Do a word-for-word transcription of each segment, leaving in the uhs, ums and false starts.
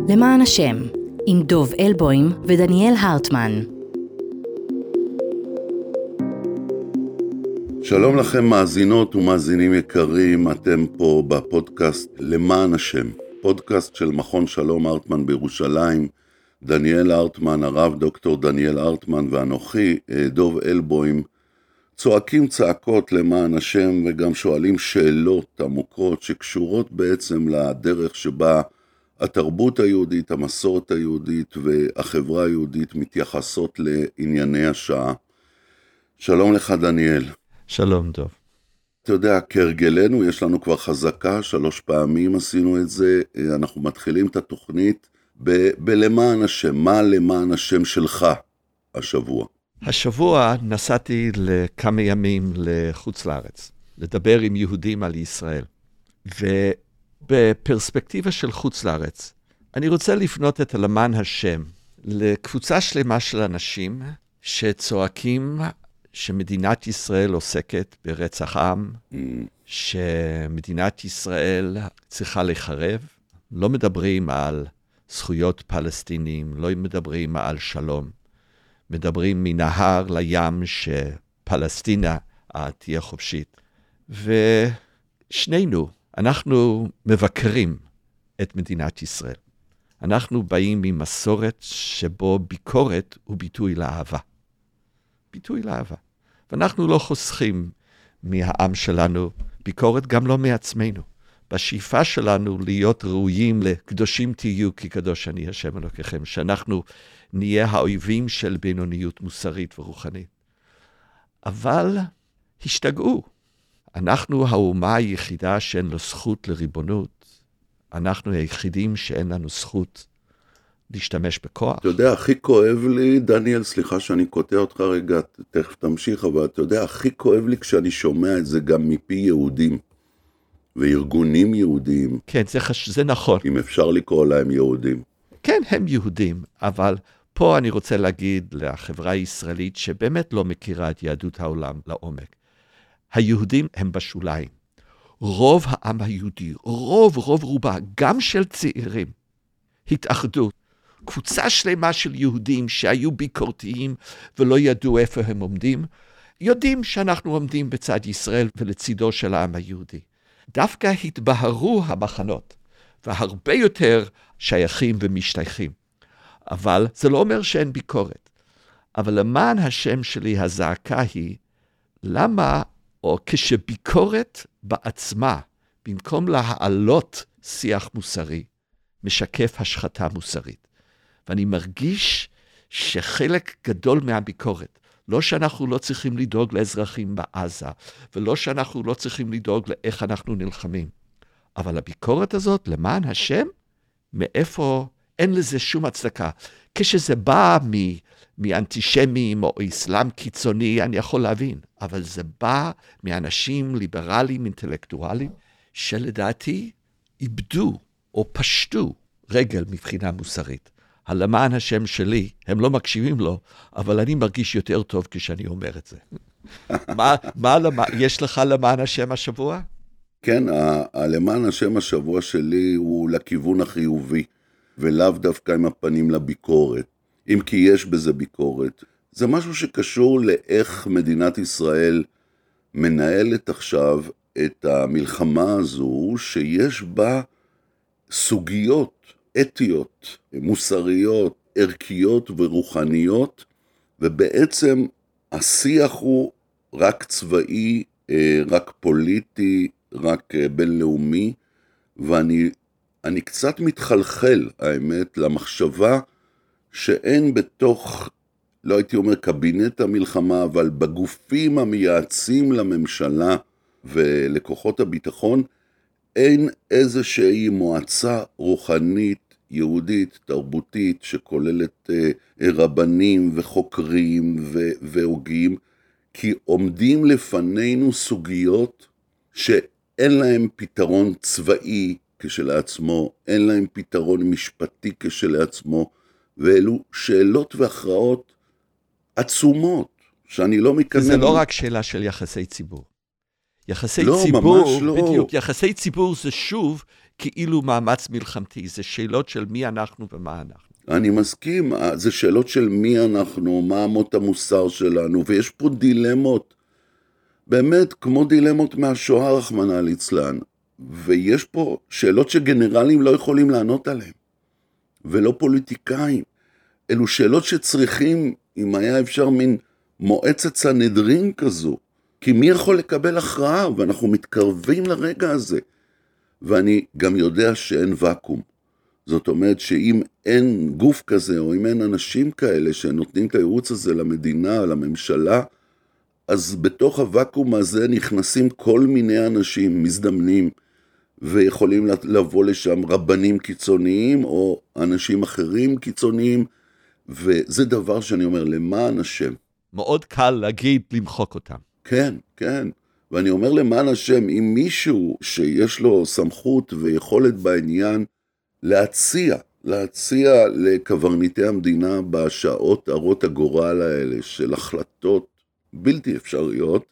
למען השם, עם דוב אלבוים ודניאל הרטמן. שלום לכם מאזינות ומאזינים יקרים, אתם פה בפודקאסט למען השם, פודקאסט של מכון שלום הרטמן בירושלים. דניאל הרטמן, הרב דוקטור דניאל הרטמן ואנוכי, דוב אלבוים, צועקים צעקות למען השם וגם שואלים שאלות עמוקות שקשורות בעצם לדרך שבה התרבות היהודית, המסורת היהודית והחברה היהודית מתייחסות לענייני השעה. שלום לך דניאל. שלום דוב. אתה יודע, כהרגלנו יש לנו כבר חזקה, שלוש פעמים עשינו את זה, אנחנו מתחילים את התוכנית ב- בלמען השם. מה למען השם שלך השבוע? השבוע נסעתי לכמה ימים לחוץ לארץ, לדבר עם יהודים על ישראל. ובפרספקטיבה של חוץ לארץ, אני רוצה לפנות את למען השם לקבוצה שלמה של אנשים שצועקים שמדינת ישראל עוסקת ברצח עם, mm. שמדינת ישראל צריכה לחרב. לא מדברים על זכויות פלסטינים, לא מדברים על שלום. מדברים מנהר לים שפלסטינה תהיה חופשית. ושנינו, אנחנו מבקרים את מדינת ישראל. אנחנו באים ממסורת שבו ביקורת הוא ביטוי לאהבה. ביטוי לאהבה. ואנחנו לא חוסכים מהעם שלנו ביקורת, גם לא מעצמנו. בשאיפה שלנו להיות ראויים לקדושים תהיו כי קדוש אני השם אלוקיכם, שאנחנו נהיה האויבים של בינוניות מוסרית ורוחנית. אבל השתגעו. אנחנו האומה היחידה שאין לו זכות לריבונות. אנחנו היחידים שאין לנו זכות להשתמש בכוח. אתה יודע, הכי כואב לי, דניאל, סליחה שאני קוטע אותך רגע, תכף תמשיך, אבל אתה יודע, הכי כואב לי כשאני שומע את זה גם מפי יהודים. וארגונים יהודיים. כן, זה, חש... זה נכון. אם אפשר לקרוא להם יהודים. כן, הם יהודים, אבל פה אני רוצה להגיד לחברה הישראלית שבאמת לא מכירה את יהדות העולם לעומק. היהודים הם בשוליים. רוב העם היהודי, רוב, רוב רובה, גם של צעירים, התאחדו. קבוצה שלמה של יהודים שהיו ביקורתיים ולא ידעו איפה הם עומדים, יודעים שאנחנו עומדים בצד ישראל ולצידו של העם היהודי. דווקא התבהרו המחנות, והרבה יותר שייכים ומשתייכים. אבל זה לא אומר שאין ביקורת. אבל למען השם שלי הזעקה היא, למה, או כשביקורת בעצמה, במקום להעלות שיח מוסרי, משקף השחתה מוסרית. ואני מרגיש שחלק גדול מהביקורת, לא שאנחנו לא צריכים לדאוג לאזרחים בעזה, ולא שאנחנו לא צריכים לדאוג לאיך אנחנו נלחמים. אבל הביקורת הזאת, למען השם, מאיפה אין לזה שום הצדקה. כשזה בא מ- מאנטישמים או אסלאם קיצוני, אני יכול להבין. אבל זה בא מאנשים ליברליים, אינטלקטואליים, שלדעתי איבדו או פשטו רגל מבחינה מוסרית. הלמען השם שלי, הם לא מקשיבים לו, אבל אני מרגיש יותר טוב כשאני אומר את זה. מה, מה למע... יש לך למען השם השבוע? כן, הלמען השם השבוע שלי הוא לכיוון החיובי, ולאו דווקא עם הפנים לביקורת. אם כי יש בזה ביקורת. זה משהו שקשור לאיך מדינת ישראל מנהלת עכשיו את המלחמה הזו, שיש בה סוגיות אתיות, מוסריות, ערכיות ורוחניות, ובעצם השיח הוא רק צבאי, רק פוליטי, רק בינלאומי, ואני אני קצת מתחלחל, האמת, למחשבה שאין בתוך, לא הייתי אומר קבינט המלחמה, אבל בגופים המייעצים לממשלה ולכוחות הביטחון, אין איזושהי מועצה רוחנית, יהודית, תרבותית, שכוללת אה, רבנים וחוקרים ו- והוגים, כי עומדים לפנינו סוגיות שאין להם פתרון צבאי כשלעצמו, אין להם פתרון משפטי כשלעצמו, ואלו שאלות והכרעות עצומות, שאני לא מכנן. זה לא רק שאלה של יחסי ציבור. יחסי לא, ציבור, ממש לא. בדיוק, יחסי ציבור זה שוב כאילו מאמץ מלחמתי, זה שאלות של מי אנחנו ומה אנחנו. אני מסכים, זה שאלות של מי אנחנו, מה אמות המוסר שלנו, ויש פה דילמות, באמת כמו דילמות מהשואה רחמנא ליצלן, ויש פה שאלות שגנרלים לא יכולים לענות עליהן, ולא פוליטיקאים. אלו שאלות שצריכים, אם היה אפשר מין מועצת סנהדרין כזו, כי מי יכול לקבל הכרעה, ואנחנו מתקרבים לרגע הזה. ואני גם יודע שאין וקום. זאת אומרת שאם אין גוף כזה, או אם אין אנשים כאלה שנותנים את הייעוץ הזה למדינה, לממשלה, אז בתוך הוואקום הזה נכנסים כל מיני אנשים מזדמנים, ויכולים לבוא לשם רבנים קיצוניים, או אנשים אחרים קיצוניים, וזה דבר שאני אומר, למען השם. מאוד קל להגיד, למחוק אותם. כן, כן. ואני אומר למען השם, אם מישהו שיש לו סמכות ויכולת בעניין, להציע, להציע לקברניטי המדינה בשעות הרות הגורל האלה של החלטות בלתי אפשריות,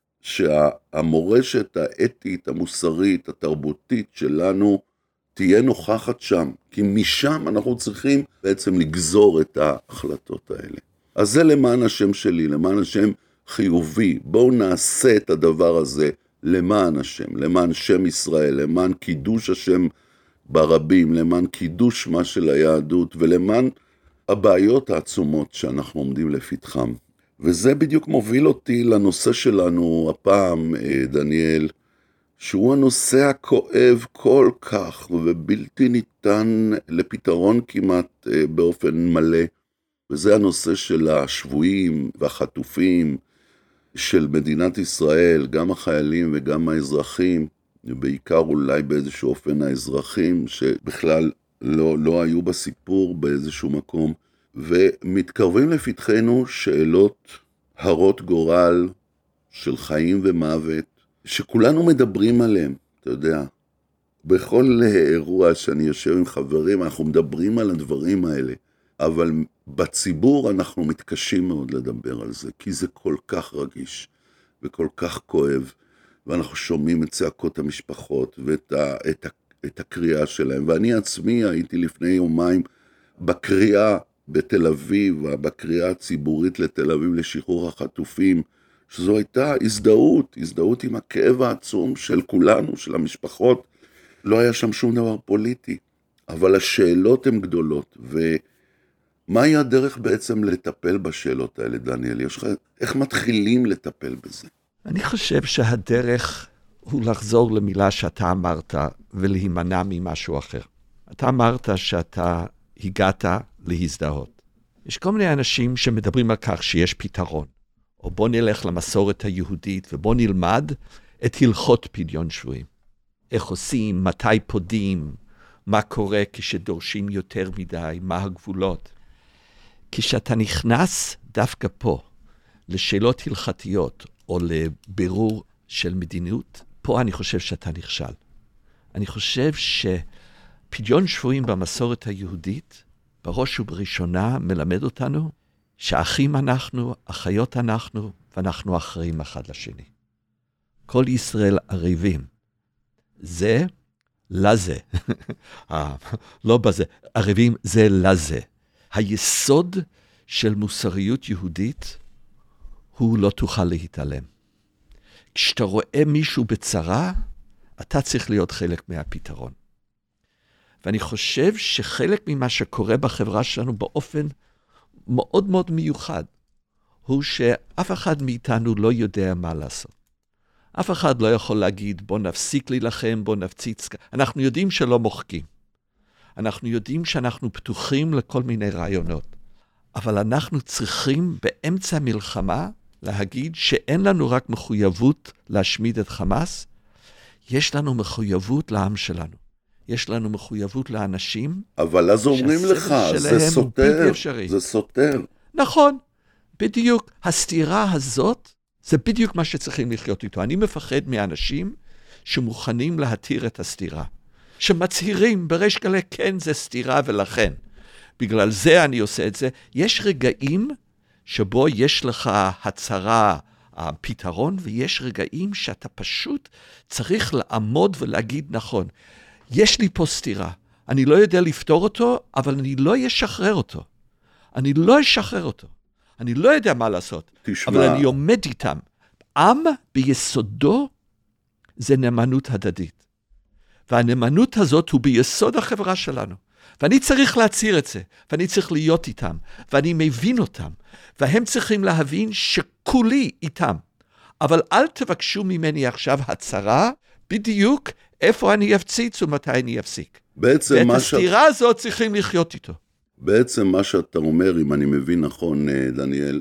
שהמורשת האתית, המוסרית, התרבותית שלנו תהיה נוכחת שם, כי משם אנחנו צריכים בעצם לגזור את ההחלטות האלה. אז זה למען השם שלי, למען השם חיובי. בואו נעשה את הדבר הזה למען השם, למען שם ישראל, למען קידוש השם ברבים, למען קידוש מה של היהדות, ולמען הבעיות העצומות שאנחנו עומדים לפתחם. וזה בדיוק מוביל אותי לנושא שלנו הפעם, דניאל, שהוא הנושא הכואב כל כך, ובלתי ניתן לפתרון כמעט באופן מלא, וזה הנושא של השבויים והחטופים של מדינת ישראל, גם החיילים וגם האזרחים, ובעיקר אולי באיזשהו אופן האזרחים, שבכלל לא, לא היו בסיפור באיזשהו מקום, ומתקרבים לפתחנו שאלות הרות גורל של חיים ומוות, שכולנו מדברים עליהם, אתה יודע. בכל אירוע שאני יושב עם חברים, אנחנו מדברים על הדברים האלה, אבל בציבור אנחנו מתקשים מאוד לדבר על זה, כי זה כל כך רגיש וכל כך כואב, ואנחנו שומעים את צעקות המשפחות ואת ה, את ה, את הקריאה שלהם. ואני עצמי הייתי לפני יומיים בקריאה בתל אביב, בקריאה הציבורית לתל אביב לשחרור החטופים, שזו הייתה הזדהות, הזדהות עם הכאב העצום של כולנו, של המשפחות. לא היה שם שום דבר פוליטי, אבל השאלות הן גדולות, ומהי הדרך בעצם לטפל בשאלות האלה, דניאל? יש לך, איך מתחילים לטפל בזה? אני חושב שהדרך הוא לחזור למילה שאתה אמרת, ולהימנע ממשהו אחר. אתה אמרת שאתה הגעת להזדהות. יש כל מיני אנשים שמדברים על כך שיש פתרון, או בוא נלך למסורת היהודית, ובוא נלמד את הלכות פדיון שבויים. איך עושים, מתי פודים, מה קורה כשדורשים יותר מדי, מה הגבולות. כשאתה נכנס דווקא פה לשאלות הלכתיות, או לבירור של מדיניות, פה אני חושב שאתה נכשל. אני חושב שפדיון שבויים במסורת היהודית, בראש ובראשונה מלמד אותנו, שאחים אנחנו, אחיות אנחנו, ואנחנו אחראים אחד לשני. כל ישראל ערבים. זה לזה. לא בזה. ערבים זה לזה. היסוד של מוסריות יהודית, הוא לא תוכל להתעלם. כשאתה רואה מישהו בצרה, אתה צריך להיות חלק מהפתרון. ואני חושב שחלק ממה שקורה בחברה שלנו באופן מאוד מאוד מיוחד, הוא שאף אחד מאיתנו לא יודע מה לעשות. אף אחד לא יכול להגיד, בוא נפסיק להילחם, בוא נפציץ. אנחנו יודעים שלא מוחקים. אנחנו יודעים שאנחנו פתוחים לכל מיני רעיונות. אבל אנחנו צריכים באמצע המלחמה להגיד שאין לנו רק מחויבות להשמיד את חמאס, יש לנו מחויבות לעם שלנו. יש לנו מחויבות לאנשים. אבל אז אומרים לך, זה סותר, זה סותר. נכון, בדיוק. הסתירה הזאת, זה בדיוק מה שצריכים לחיות איתו. אני מפחד מאנשים שמוכנים להתיר את הסתירה. שמצהירים בריש גלי, כן, זה סתירה ולכן. בגלל זה אני עושה את זה. יש רגעים שבו יש לך הצהרה הפתרון, ויש רגעים שאתה פשוט צריך לעמוד ולהגיד נכון. יש לי פה סתירה, אני לא יודע לפתור אותו, אבל אני לא אשחרר אותו. אני לא אשחרר אותו. אני לא יודע מה לעשות, תשמע. אבל אני עומד איתם. עם ביסודו זה נאמנות הדדית. והנאמנות הזאת הוא ביסוד החברה שלנו. ואני צריך להצהיר את זה, ואני צריך להיות איתם, ואני מבין אותם, והם צריכים להבין שכולי איתם. אבל אל תבקשו ממני עכשיו הצהרה, בדיוק איפה אני אפציץ ומתי אני אפסיק. בעצם ואת מה הסתירה שאת... הזאת צריכים לחיות איתו. בעצם מה שאתה אומר, אם אני מבין נכון, דניאל,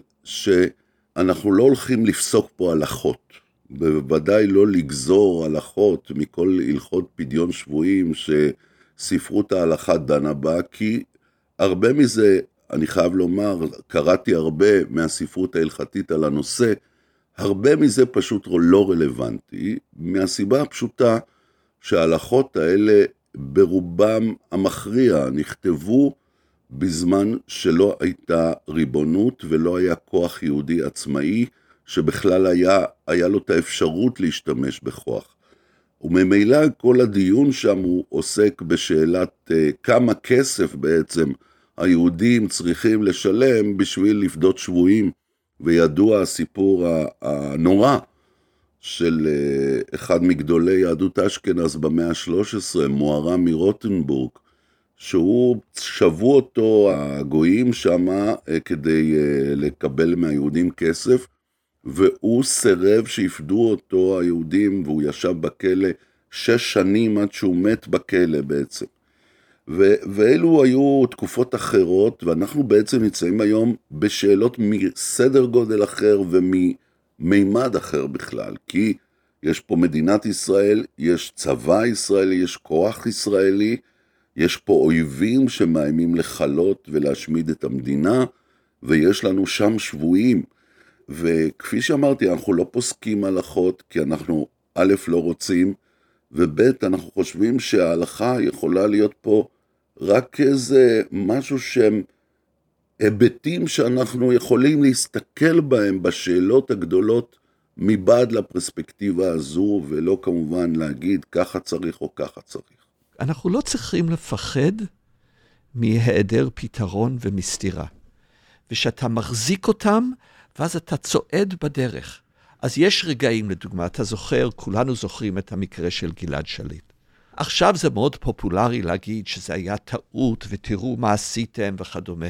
שאנחנו לא הולכים לפסוק פה הלכות, בוודאי לא לגזור הלכות מכל הלכות פדיון שבויים שספרות ההלכה דנה בה, כי הרבה מזה, אני חייב לומר, קראתי הרבה מהספרות ההלכתית על הנושא, הרבה מזה פשוט לא רלוונטי, מהסיבה הפשוטה שההלכות האלה ברובם המכריע נכתבו בזמן שלא הייתה ריבונות ולא היה כוח יהודי עצמאי, שבכלל היה, היה לו את האפשרות להשתמש בכוח. וממילא כל הדיון שם הוא עוסק בשאלת uh, כמה כסף בעצם היהודים צריכים לשלם בשביל לפדות שבויים, וידוע הסיפור הנורא של uh, אחד מגדולי יהדות אשכנז במאה ה-שלוש עשרה, מוהר"ם מרוטנבורג, שהוא שבו אותו הגויים שמה uh, כדי uh, לקבל מהיהודים כסף, והוא סירב שיפדו אותו היהודים, והוא ישב בכלא שש שנים עד שהוא מת בכלא בעצם. ו- ואלו היו תקופות אחרות, ואנחנו בעצם נמצאים היום בשאלות מסדר גודל אחר וממימד אחר בכלל, כי יש פה מדינת ישראל, יש צבא ישראלי, יש כוח ישראלי, יש פה אויבים שמאיימים לחלות ולהשמיד את המדינה, ויש לנו שם שבויים. וכפי שאמרתי, אנחנו לא פוסקים הלכות, כי אנחנו א' לא רוצים, וב' אנחנו חושבים שההלכה יכולה להיות פה רק איזה משהו שהם היבטים שאנחנו יכולים להסתכל בהם בשאלות הגדולות מבעד לפרספקטיבה הזו, ולא כמובן להגיד ככה צריך או ככה צריך. אנחנו לא צריכים לפחד מהיעדר פתרון ומסתירה. ושאתה מחזיק אותם, ואז אתה צועד בדרך. אז יש רגעים, לדוגמה, אתה זוכר, כולנו זוכרים את המקרה של גלעד שליט. עכשיו זה מאוד פופולרי להגיד שזה היה טעות, ותראו מה עשיתם וכדומה.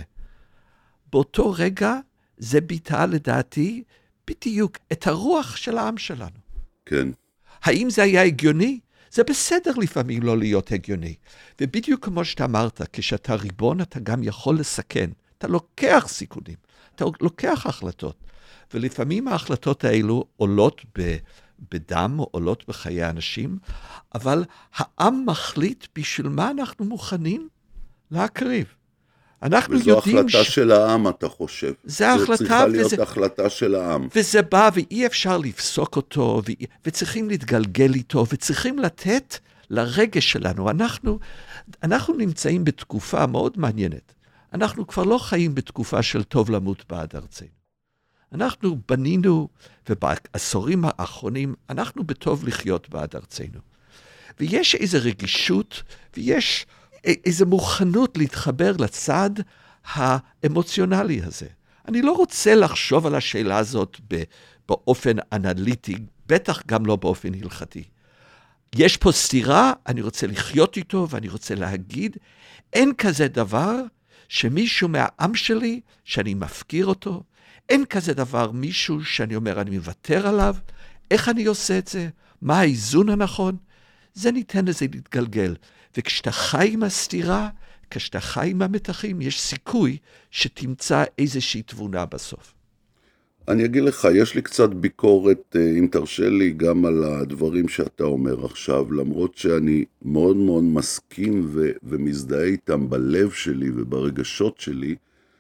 באותו רגע זה ביטא לדעתי בדיוק את הרוח של העם שלנו. כן. האם זה היה הגיוני? זה בסדר לפעמים לא להיות הגיוני. ובדיוק כמו שאתה אמרת, כשאתה ריבון אתה גם יכול לסכן. אתה לוקח סיכונים, אתה לוקח החלטות. ולפעמים ההחלטות האלו עולות ב, בדם, או עולות בחיי אנשים, אבל העם מחליט בשביל מה אנחנו מוכנים להקריב. אנחנו וזו יודעים החלטה ש... של העם, אתה חושב. זה החלטה, זה צריכה להיות וזה... החלטה של העם. וזה בא, ואי אפשר לפסוק אותו, ו... וצריכים להתגלגל איתו, וצריכים לתת לרגש שלנו. אנחנו, אנחנו נמצאים בתקופה מאוד מעניינת. אנחנו כבר לא חיים בתקופה של טוב למות בעד ארצנו. אנחנו בנינו, ובעשורים האחרונים, אנחנו בטוב לחיות בעד ארצנו. ויש איזו רגישות, ויש איזו מוכנות להתחבר לצד האמוציונלי הזה. אני לא רוצה לחשוב על השאלה הזאת באופן אנליטי, בטח גם לא באופן הלכתי. יש פה סתירה, אני רוצה לחיות איתו, ואני רוצה להגיד, אין כזה דבר שמישהו מהעם שלי, שאני מפקיר אותו, אין כזה דבר מישהו שאני אומר, אני מוותר עליו, איך אני עושה את זה, מה האיזון הנכון, זה ניתן לזה להתגלגל. וכשאתה חי עם הסתירה, כשאתה חי עם המתחים, יש סיכוי שתמצא איזושהי תבונה בסוף. אני אגיד לך, יש לי קצת ביקורת, אם תרשה לי, גם על הדברים שאתה אומר עכשיו, למרות שאני מאוד מאוד מסכים ו- ומזדהה איתם בלב שלי וברגשות שלי,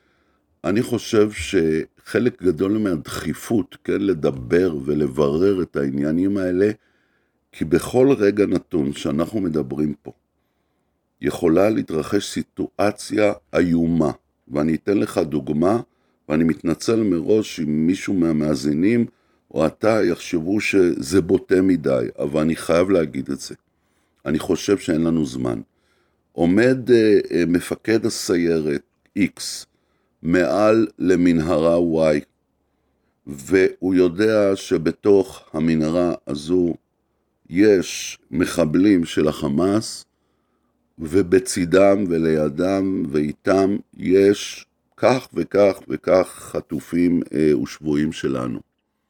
אני חושב שחלק גדול מהדחיפות, כן, לדבר ולברר את העניינים האלה, כי בכל רגע נתון שאנחנו מדברים פה, יכולה להתרחש סיטואציה איומה, ואני אתן לך דוגמה, ואני מתנצל מראש אם מישהו מהמאזינים או אתה יחשבו שזה בוטה מדי, אבל אני חייב להגיד את זה. אני חושב שאין לנו זמן. עומד אה, אה, מפקד הסיירת X מעל למנהרה Y, והוא יודע שבתוך המנהרה הזו יש מחבלים של החמאס, ובצידם ולידם ואיתם יש כך וכך וכך חטופים אה, ושבויים שלנו.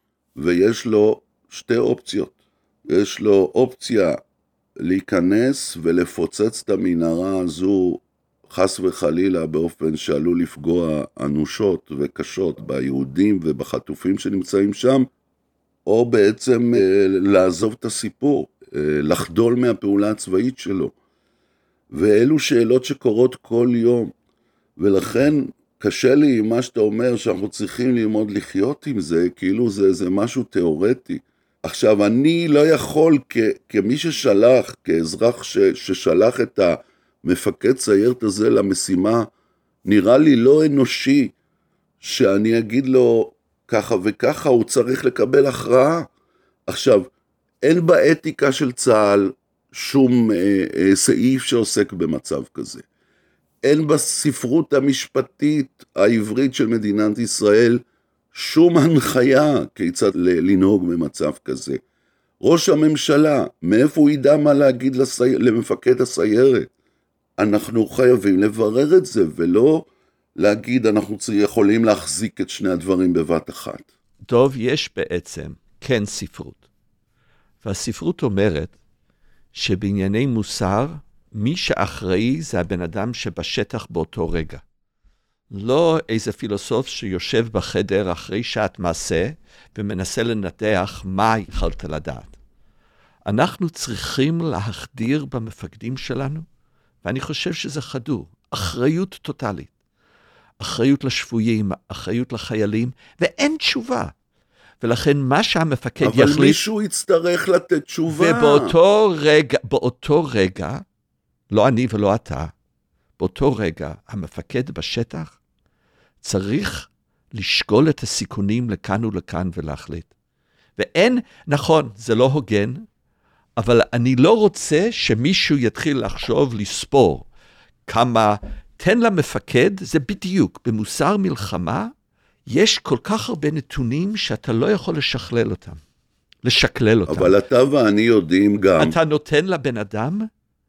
ויש לו שתי אופציות. יש לו אופציה להיכנס ולפוצץ את המנהרה הזו חס וחלילה באופן שעלול לפגוע אנושות וקשות ביהודים ובחטופים שנמצאים שם, או בעצם אה, לעזוב את הסיפור, אה, לחדול מהפעולה הצבאית שלו. ואלו שאלות שקורות כל יום, ולכן קשה לי עם מה שאתה אומר שאנחנו צריכים ללמוד לחיות עם זה, כאילו זה, זה משהו תיאורטי. עכשיו, אני לא יכול כ, כמי ששלח, כאזרח ש, ששלח את המפקד סיירת הזה למשימה, נראה לי לא אנושי שאני אגיד לו ככה וככה, הוא צריך לקבל הכרעה. עכשיו, אין באתיקה של צה"ל שום אה, אה, סעיף שעוסק במצב כזה. אין בספרות המשפטית העברית של מדינת ישראל שום הנחיה כיצד לנהוג במצב כזה. ראש הממשלה, מאיפה הוא ידע מה להגיד לסי... למפקד הסיירת? אנחנו חייבים לברר את זה, ולא להגיד אנחנו יכולים להחזיק את שני הדברים בבת אחת. טוב, יש בעצם כן ספרות. והספרות אומרת שבענייני מוסר, מי שאחראי זה הבן אדם שבשטח באותו רגע. לא איזה פילוסוף שיושב בחדר אחרי שעת מעשה, ומנסה לנתח מה יכלת לדעת. אנחנו צריכים להחדיר במפקדים שלנו, ואני חושב שזה חדור, אחריות טוטלית. אחריות לשפויים, אחריות לחיילים, ואין תשובה. ולכן מה שהמפקד אבל יחליט... אבל מישהו יצטרך לתת תשובה. ובאותו רגע, באותו רגע, לא אני ולא אתה, באותו רגע, המפקד בשטח צריך לשקול את הסיכונים לכאן ולכאן ולהחליט. ואין, נכון, זה לא הוגן, אבל אני לא רוצה שמישהו יתחיל לחשוב, לספור כמה, תן למפקד, זה בדיוק, במוסר מלחמה, יש כל כך הרבה נתונים שאתה לא יכול לשכלל אותם, לשקלל אותם. אבל אתה ואני יודעים גם... אתה נותן לבן אדם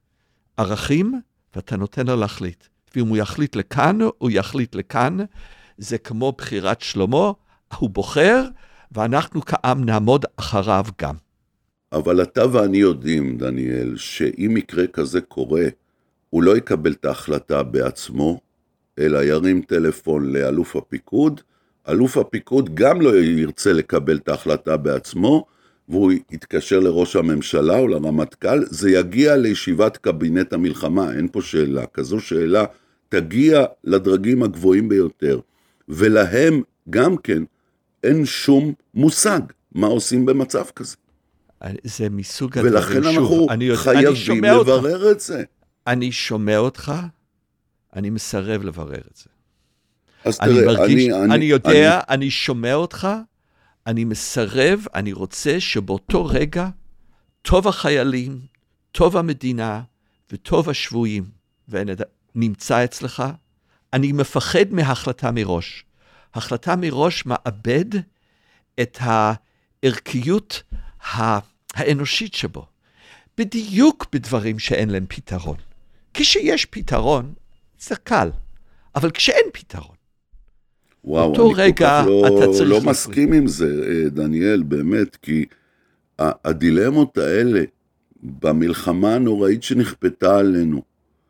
ערכים, ואתה נותן לו להחליט. ואם הוא יחליט לכאן, הוא יחליט לכאן, זה כמו בחירת שלמה, הוא בוחר, ואנחנו כעם נעמוד אחריו גם. אבל אתה ואני יודעים, דניאל, שאם מקרה כזה קורה, הוא לא יקבל את ההחלטה בעצמו, אלא ירים טלפון לאלוף הפיקוד, אלוף הפיקוד גם לא ירצה לקבל את ההחלטה בעצמו, והוא יתקשר לראש הממשלה או לרמטכ"ל, זה יגיע לישיבת קבינט המלחמה, אין פה שאלה, כזו שאלה תגיע לדרגים הגבוהים ביותר, ולהם גם כן אין שום מושג מה עושים במצב כזה. זה מסוג הדברים, ולכן שוב, אנחנו אני, חייבים אני לברר אותך. את זה. אני שומע אותך, אני מסרב לברר את זה. אז אני תראה, מרגיש, אני, אני, אני יודע, אני... אני שומע אותך, אני מסרב, אני רוצה שבאותו רגע, טוב החיילים, טוב המדינה וטוב השבויים, ונמצא אצלך, אני מפחד מהחלטה מראש. החלטה מראש מאבד את הערכיות האנושית שבו. בדיוק בדברים שאין להם פתרון. כשיש פתרון, זה קל, אבל כשאין פתרון, וואו, אותו אני רגע כל כך לא, אתה צריך לא להחליט. מסכים עם זה, דניאל, באמת, כי הדילמות האלה, במלחמה הנוראית שנכפתה עלינו,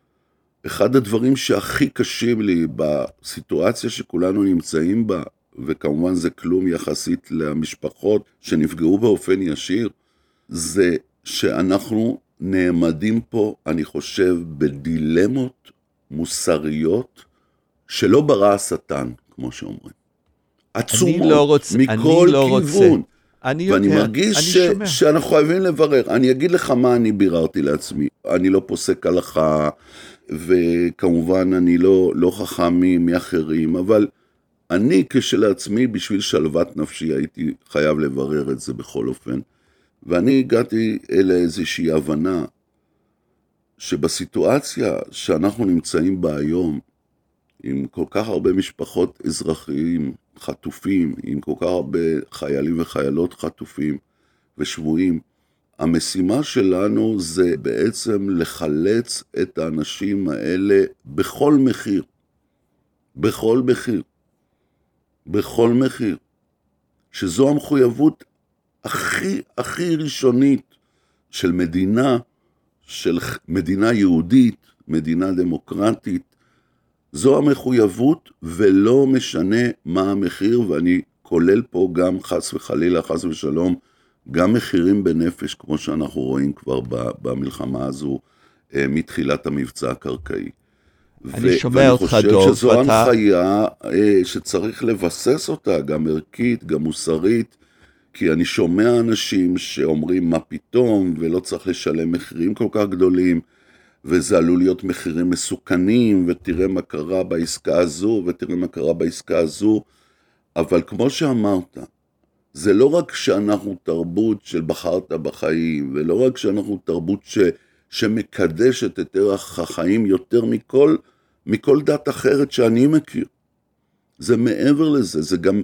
אחד הדברים שהכי קשים לי בסיטואציה שכולנו נמצאים בה, וכמובן זה כלום יחסית למשפחות שנפגעו באופן ישיר, זה שאנחנו נעמדים פה, אני חושב, בדילמות מוסריות שלא ברא השטן, כמו שאומרים. עצומות, אני לא רוצה, מכל אני לא כיוון. רוצה. אני ואני יודע, מרגיש אני ש... שומע. שאנחנו חייבים לברר. אני אגיד לך מה אני ביררתי לעצמי. אני לא פוסק הלכה, וכמובן אני לא, לא חכם מאחרים, אבל אני כשלעצמי, בשביל שלוות נפשי, הייתי חייב לברר את זה בכל אופן, ואני הגעתי אל איזושהי הבנה, שבסיטואציה שאנחנו נמצאים בה היום, עם כל כך הרבה משפחות אזרחיים חטופים, עם כל כך הרבה חיילים וחיילות חטופים ושבויים, המשימה שלנו זה בעצם לחלץ את האנשים האלה בכל מחיר. בכל מחיר. בכל מחיר. שזו המחויבות הכי, הכי ראשונית של מדינה, של מדינה יהודית, מדינה דמוקרטית. זו המחויבות ולא משנה מה המחיר, ואני כולל פה גם חס וחלילה, חס ושלום, גם מחירים בנפש, כמו שאנחנו רואים כבר במלחמה הזו, מתחילת המבצע הקרקעי. אני שומע אותך, דוב. ואני חושב שזו הנחיה שצריך לבסס אותה, גם ערכית, גם מוסרית, כי אני שומע אנשים שאומרים מה פתאום, ולא צריך לשלם מחירים כל כך גדולים, וזה עלול להיות מחירים מסוכנים, ותראה מה קרה בעסקה הזו, ותראה מה קרה בעסקה הזו, אבל כמו שאמרת, זה לא רק שאנחנו תרבות של בחרת בחיים, ולא רק שאנחנו תרבות ש, שמקדשת את ערך החיים יותר מכל, מכל דת אחרת שאני מכיר. זה מעבר לזה, זה גם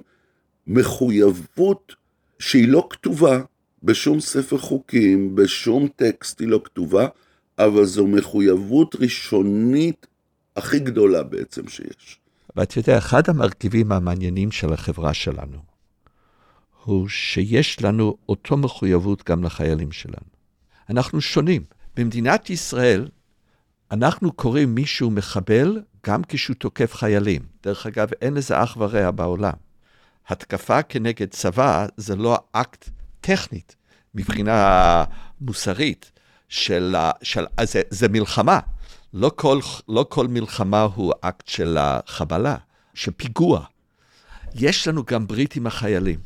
מחויבות שהיא לא כתובה בשום ספר חוקים, בשום טקסט היא לא כתובה, אבל זו מחויבות ראשונית הכי גדולה בעצם שיש. ואתה יודע, אחד המרכיבים המעניינים של החברה שלנו, הוא שיש לנו אותו מחויבות גם לחיילים שלנו. אנחנו שונים. במדינת ישראל, אנחנו קוראים מישהו מחבל גם כשהוא תוקף חיילים. דרך אגב, אין לזה אח ורע בעולם. התקפה כנגד צבא זה לא אקט טכנית, מבחינה מוסרית, של, של, זה, זה מלחמה. לא כל, לא כל מלחמה הוא אקט של חבלה, של פיגוע. יש לנו גם ברית עם החיילים.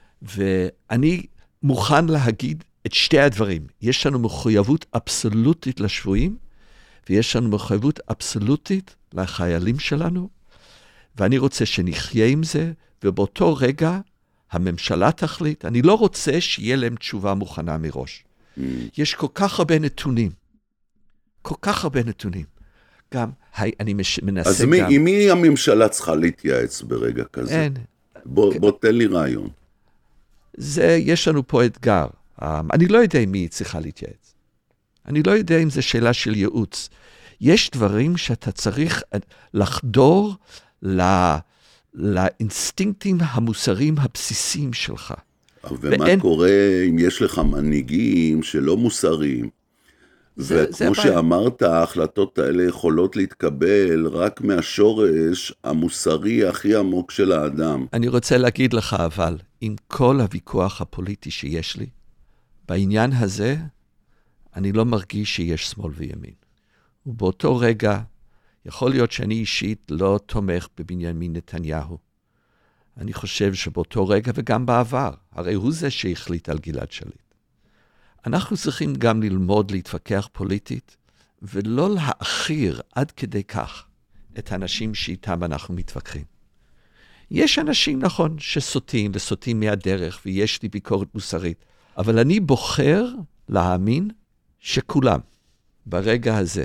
ואני מוכן להגיד את שתי הדברים. יש לנו מחויבות אבסולוטית לשבויים, ויש לנו מחויבות אבסולוטית לחיילים שלנו, ואני רוצה שנחיה עם זה, ובאותו רגע הממשלה תחליט. אני לא רוצה שיהיה להם תשובה מוכנה מראש. Mm. יש כל כך הרבה נתונים, כל כך הרבה נתונים. גם, היי, אני מש, מנסה אז גם... אז עם מי הממשלה צריכה להתייעץ ברגע כזה? אין. בוא, בוא תן לי רעיון. זה, יש לנו פה אתגר. Um, אני לא יודע עם מי היא צריכה להתייעץ. אני לא יודע אם זו שאלה של ייעוץ. יש דברים שאתה צריך לחדור ל... לאינסטינקטים המוסריים הבסיסיים שלך. ומה ואין... קורה אם יש לך מנהיגים שלא מוסריים? זה, וכמו זה שאמרת, ההחלטות האלה יכולות להתקבל רק מהשורש המוסרי הכי עמוק של האדם. אני רוצה להגיד לך אבל, עם כל הוויכוח הפוליטי שיש לי, בעניין הזה, אני לא מרגיש שיש שמאל וימין. ובאותו רגע, יכול להיות שאני אישית לא תומך בבנימין נתניהו. אני חושב שבאותו רגע וגם בעבר, הרי הוא זה שהחליט על גלעד שליט. אנחנו צריכים גם ללמוד להתווכח פוליטית, ולא להאחיר עד כדי כך את האנשים שאיתם אנחנו מתווכחים. יש אנשים, נכון, שסוטים וסוטים מהדרך, ויש לי ביקורת מוסרית, אבל אני בוחר להאמין שכולם, ברגע הזה,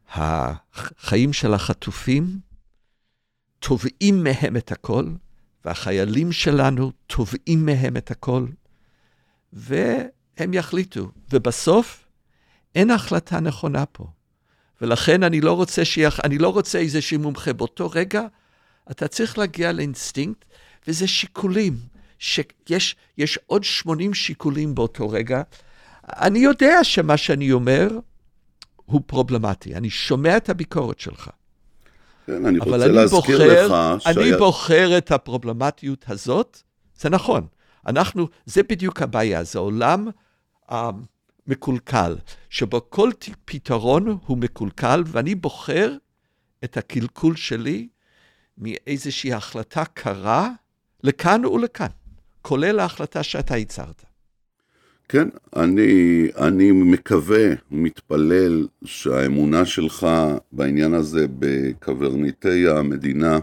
החיים של החטופים תובעים מהם את הכל, והחיילים שלנו תובעים מהם את הכל, והם יחליטו. ובסוף אין החלטה נכונה פה. ולכן אני לא רוצה שיח, אני לא רוצה איזשהו מומחה. באותו רגע אתה צריך להגיע לאינסטינקט, וזה שיקולים. שיש, יש עוד שמונים שיקולים באותו רגע. אני יודע שמה שאני אומר הוא פרובלמטי. אני שומע את הביקורת שלך. כן, אני רוצה להזכיר בוחר, לך אני שהיה... בוחר את הפרובלמטיות הזאת. זה נכון. אנחנו, זה בדיוק הבעיה. זה עולם uh, מקולקל, שבו כל פתרון הוא מקולקל, ואני בוחר את הקלקול שלי מאיזושהי החלטה קרה לכאן ולכאן, כולל ההחלטה שאתה ייצרת. כן, אני, אני מקווה, מתפלל שהאמונה שלך בעניין הזה בקברניטי המדינה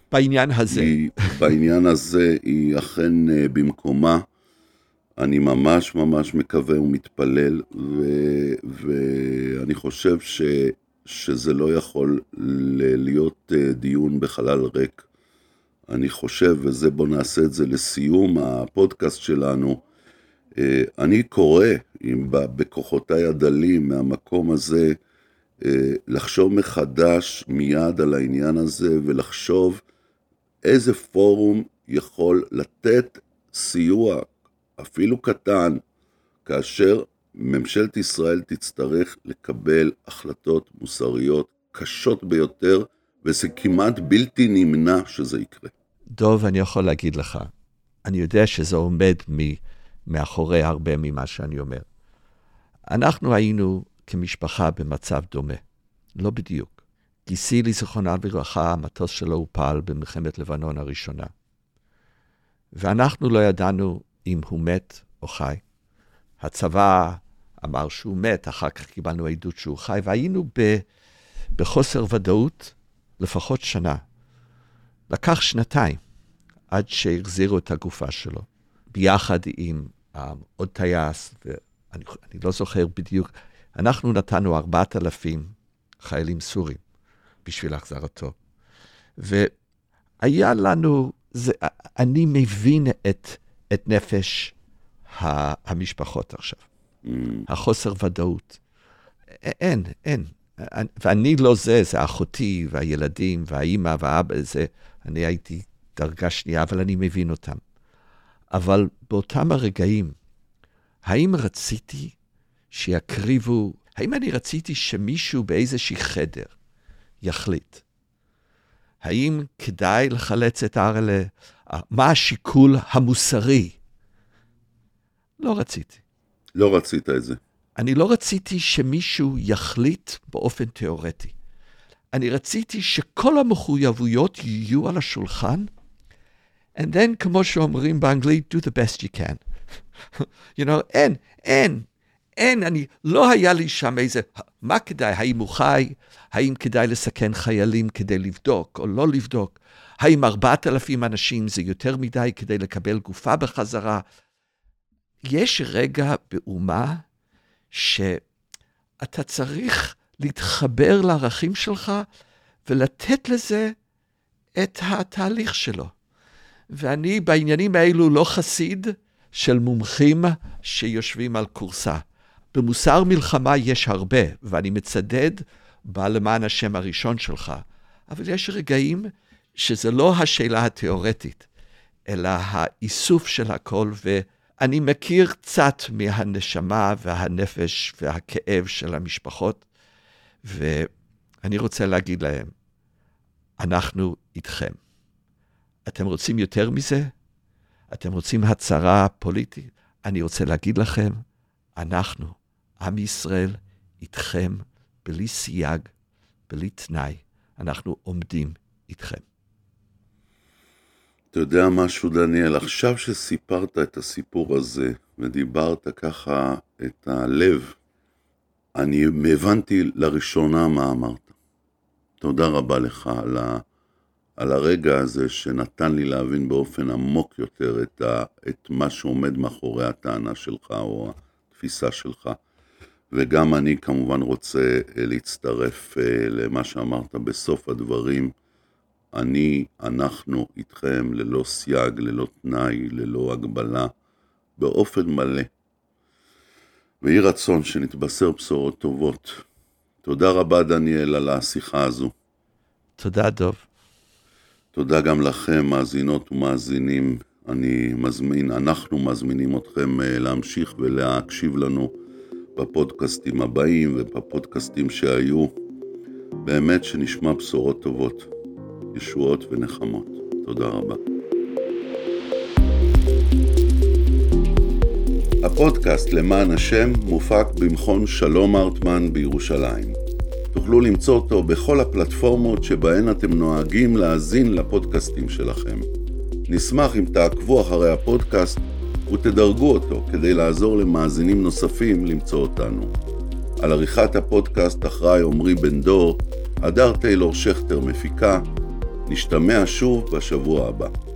בעניין הזה. היא, בעניין הזה היא אכן במקומה. אני ממש ממש מקווה ומתפלל, ו, ואני חושב ש, שזה לא יכול להיות דיון בחלל ריק. אני חושב, וזה בוא נעשה את זה לסיום הפודקאסט שלנו, אני קורא עם, בכוחותיי הדלים מהמקום הזה, לחשוב מחדש מיד על העניין הזה, ולחשוב איזה פורום יכול לתת סיוע, אפילו קטן, כאשר ממשלת ישראל תצטרך לקבל החלטות מוסריות קשות ביותר, וזה כמעט בלתי נמנע שזה יקרה. דוב, אני יכול להגיד לך, אני יודע שזה עומד מאחורי הרבה ממה שאני אומר. אנחנו היינו כמשפחה במצב דומה, לא בדיוק. גיסי לי זיכרונה לברכה, המטוס שלו הופל במלחמת לבנון הראשונה. ואנחנו לא ידענו אם הוא מת או חי. הצבא אמר שהוא מת, אחר כך קיבלנו עדות שהוא חי, והיינו ב, בחוסר ודאות לפחות שנה. לקח שנתיים עד שהחזירו את הגופה שלו, ביחד עם um, עוד טייס, ואני אני לא זוכר בדיוק, אנחנו נתנו ארבעת אלפים חיילים סורים בשביל החזרתו. והיה לנו, זה, אני מבין את, את נפש המשפחות עכשיו. Mm. החוסר ודאות. אין, אין. ואני לא זה, זה אחותי והילדים והאימא והאבא, זה, אני הייתי דרגה שנייה, אבל אני מבין אותם. אבל באותם הרגעים, האם רציתי שיקריבו, האם אני רציתי שמישהו באיזושהי חדר יחליט? האם כדאי לחלץ את הארלה? מה השיקול המוסרי? לא רציתי. לא רצית את זה. אני לא רציתי שמישהו יחליט באופן תיאורטי. אני רציתי שכל המחויבויות יהיו על השולחן, and then, כמו שאומרים באנגלית, do the best you can. you know, אין, אין, אין, אני, לא היה לי שם איזה, מה כדאי, האם הוא חי, האם כדאי לסכן חיילים כדי לבדוק או לא לבדוק, האם ארבעת אלפים אנשים זה יותר מדי כדי לקבל גופה בחזרה. יש רגע באומה שאתה צריך להתחבר לערכים שלך ולתת לזה את התהליך שלו. ואני בעניינים האלו לא חסיד של מומחים שיושבים על קורסה. במוסר מלחמה יש הרבה, ואני מצדד בלמען השם הראשון שלך. אבל יש רגעים שזה לא השאלה התיאורטית, אלא האיסוף של הכל, ואני מכיר קצת מהנשמה והנפש והכאב של המשפחות, ואני רוצה להגיד להם, אנחנו איתכם. אתם רוצים יותר מזה? אתם רוצים הצהרה פוליטית? אני רוצה להגיד לכם, אנחנו, עם ישראל, איתכם, בלי סייג, בלי תנאי. אנחנו עומדים איתכם. אתה יודע משהו, דניאל, עכשיו שסיפרת את הסיפור הזה, ודיברת ככה את הלב, אני הבנתי לראשונה מה אמרת. תודה רבה לך על ה... על הרגע הזה שנתן לי להבין באופן עמוק יותר את, ה, את מה שעומד מאחורי הטענה שלך או התפיסה שלך. וגם אני כמובן רוצה להצטרף למה שאמרת בסוף הדברים. אני, אנחנו איתכם ללא סייג, ללא תנאי, ללא הגבלה, באופן מלא. ויהי רצון שנתבשר בשורות טובות. תודה רבה דניאל על השיחה הזו. תודה דוב. תודה גם לכם, מאזינות ומאזינים. אני מזמין, אנחנו מזמינים אתכם להמשיך ולהקשיב לנו בפודקאסטים הבאים ובפודקאסטים שהיו. באמת שנשמע בשורות טובות, ישועות ונחמות. תודה רבה. הפודקאסט למען השם מופק במכון שלום ארטמן בירושלים. תוכלו למצוא אותו בכל הפלטפורמות שבהן אתם נוהגים להאזין לפודקאסטים שלכם. נשמח אם תעקבו אחרי הפודקאסט ותדרגו אותו כדי לעזור למאזינים נוספים למצוא אותנו. על עריכת הפודקאסט אחראי עומרי בן דור, הדר טיילור שכטר מפיקה, נשתמע שוב בשבוע הבא.